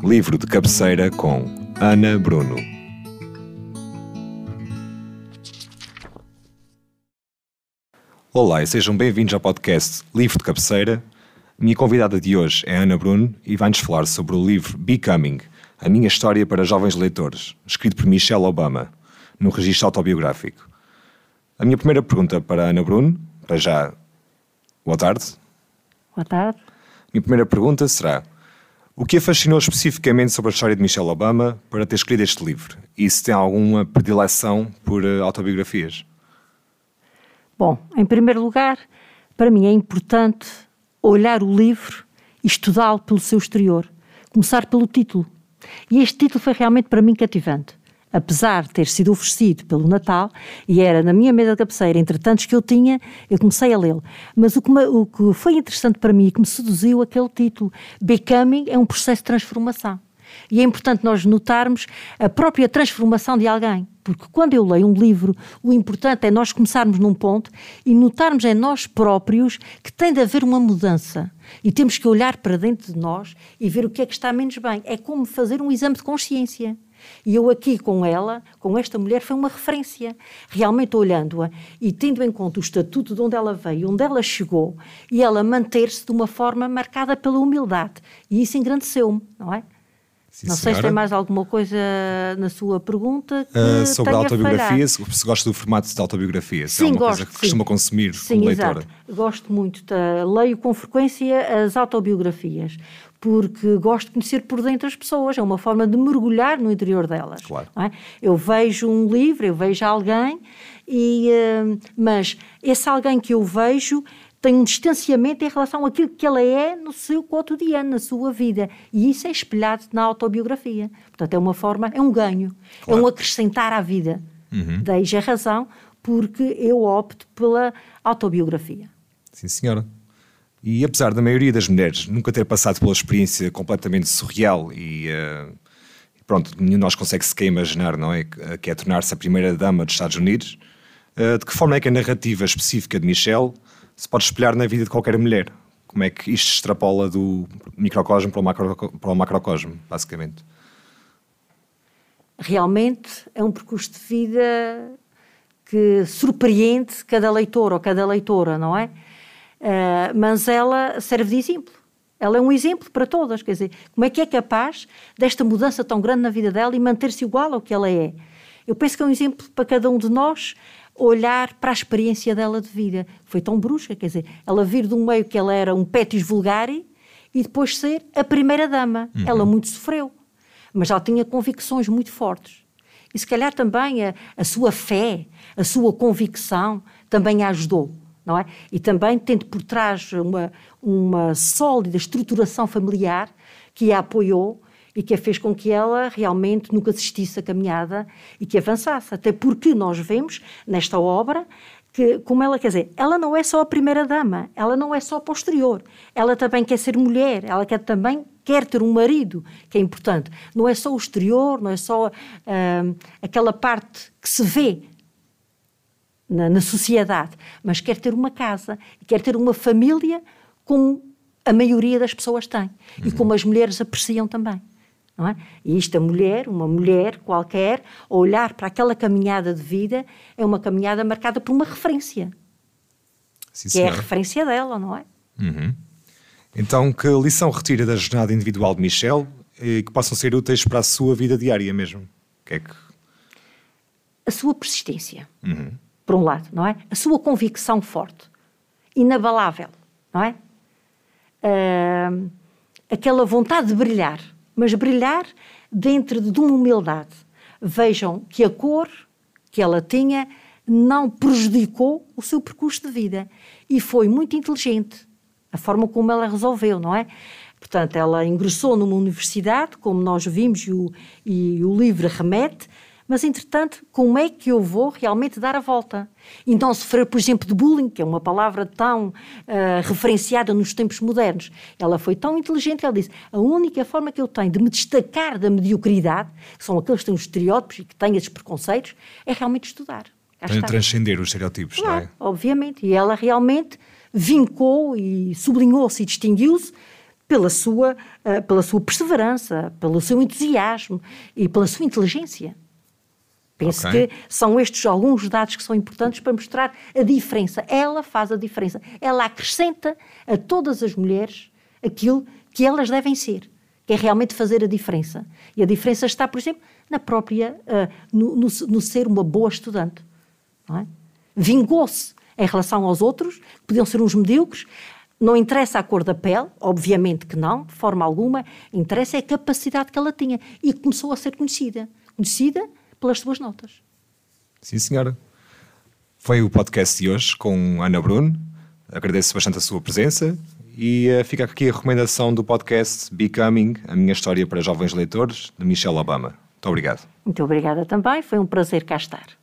Livro de cabeceira com Ana Bruno. Olá e sejam bem-vindos ao podcast Livro de Cabeceira. Minha convidada de hoje é Ana Bruno e vai-nos falar sobre o livro Becoming, a minha história para jovens leitores, escrito por Michelle Obama, no registro autobiográfico. A minha primeira pergunta para a Ana Bruno, para já, boa tarde. Boa tarde. Minha primeira pergunta será: o que a fascinou especificamente sobre a história de Michelle Obama para ter escrito este livro? E se tem alguma predileção por autobiografias? Bom, em primeiro lugar, para mim é importante olhar o livro e estudá-lo pelo seu exterior. Começar pelo título. E este título foi realmente para mim cativante. Apesar de ter sido oferecido pelo Natal, e era na minha mesa de cabeceira, entre tantos que eu tinha, eu comecei a lê-lo. Mas o que foi interessante para mim e que me seduziu aquele título, Becoming, é um processo de transformação. E é importante nós notarmos a própria transformação de alguém. Porque quando eu leio um livro, o importante é nós começarmos num ponto e notarmos em nós próprios que tem de haver uma mudança. E temos que olhar para dentro de nós e ver o que é que está menos bem. É como fazer um exame de consciência. E eu aqui com ela, com esta mulher, foi uma referência. Realmente olhando-a e tendo em conta o estatuto de onde ela veio, onde ela chegou, e ela manter-se de uma forma marcada pela humildade. E isso engrandeceu-me, não é? Sim, não sei se tem mais alguma coisa na sua pergunta que sobre a autobiografia, se gosta do formato de autobiografia, se é uma coisa que costuma consumir como leitora. Exato. Gosto muito, leio com frequência as autobiografias, porque gosto de conhecer por dentro as pessoas, é uma forma de mergulhar no interior delas. Claro. Não é? Eu vejo um livro, eu vejo alguém, mas esse alguém que eu vejo tem um distanciamento em relação àquilo que ela é no seu cotidiano, na sua vida. E isso é espelhado na autobiografia. Portanto, é uma forma, é um ganho, claro. É um acrescentar à vida. Daí a razão porque eu opto pela autobiografia. Sim, senhora. E apesar da maioria das mulheres nunca ter passado pela experiência completamente surreal e pronto, nenhum de nós consegue sequer imaginar, não é? Que é tornar-se a primeira dama dos Estados Unidos, de que forma é que a narrativa específica de Michelle se pode espelhar na vida de qualquer mulher? Como é que isto extrapola do microcosmo para o macrocosmo, basicamente? Realmente é um percurso de vida que surpreende cada leitor ou cada leitora, não é? Mas ela serve de exemplo. Ela é um exemplo para todas. Quer dizer, como é que é capaz desta mudança tão grande na vida dela e manter-se igual ao que ela é? Eu penso que é um exemplo para cada um de nós olhar para a experiência dela de vida. Foi tão brusca, quer dizer, ela vir de um meio que ela era um petis vulgari e depois ser a primeira dama. Ela muito sofreu, mas ela tinha convicções muito fortes. E se calhar também a sua fé, a sua convicção também a ajudou, não é? E também tendo por trás uma sólida estruturação familiar que a apoiou e que a fez com que ela realmente nunca desistisse da caminhada e que avançasse. Até porque nós vemos nesta obra que, como ela, quer dizer, ela não é só a primeira dama, ela não é só posterior, ela também quer ser mulher, ela também quer ter um marido, que é importante. Não é só o exterior, não é só aquela parte que se vê na sociedade, mas quer ter uma casa, quer ter uma família como a maioria das pessoas tem e como as mulheres apreciam também. Não é? E esta mulher, uma mulher qualquer, a olhar para aquela caminhada de vida, é uma caminhada marcada por uma referência. Sim, que é a referência dela, não é? Então, que lição retira da jornada individual de Michelle e que possam ser úteis para a sua vida diária mesmo? Que é que... A sua persistência, por um lado, não é? A sua convicção forte, inabalável, não é? Aquela vontade de brilhar, mas brilhar dentro de uma humildade. Vejam que a cor que ela tinha não prejudicou o seu percurso de vida e foi muito inteligente a forma como ela resolveu, não é? Portanto, ela ingressou numa universidade, como nós vimos e o livro remete, mas, entretanto, como é que eu vou realmente dar a volta? E não sofrer, por exemplo, de bullying, que é uma palavra tão referenciada nos tempos modernos. Ela foi tão inteligente, ela disse, a única forma que eu tenho de me destacar da mediocridade, que são aqueles que têm os estereótipos e que têm esses preconceitos, é realmente estudar. Transcender os estereótipos, claro, não é? Obviamente. E ela realmente vincou e sublinhou-se e distinguiu-se pela sua perseverança, pelo seu entusiasmo e pela sua inteligência. Penso que são estes alguns dados que são importantes para mostrar a diferença. Ela faz a diferença. Ela acrescenta a todas as mulheres aquilo que elas devem ser, que é realmente fazer a diferença. E a diferença está, por exemplo, na própria, no ser uma boa estudante. Não é? Vingou-se em relação aos outros, que podiam ser uns medíocres. Não interessa a cor da pele, obviamente que não, de forma alguma. Interessa é a capacidade que ela tinha. E começou a ser conhecida. Conhecida pelas suas notas. Sim, senhora. Foi o podcast de hoje com Ana Bruno. Agradeço bastante a sua presença e fica aqui a recomendação do podcast Becoming, a minha história para jovens leitores, de Michelle Obama. Muito obrigado. Muito obrigada também, foi um prazer cá estar.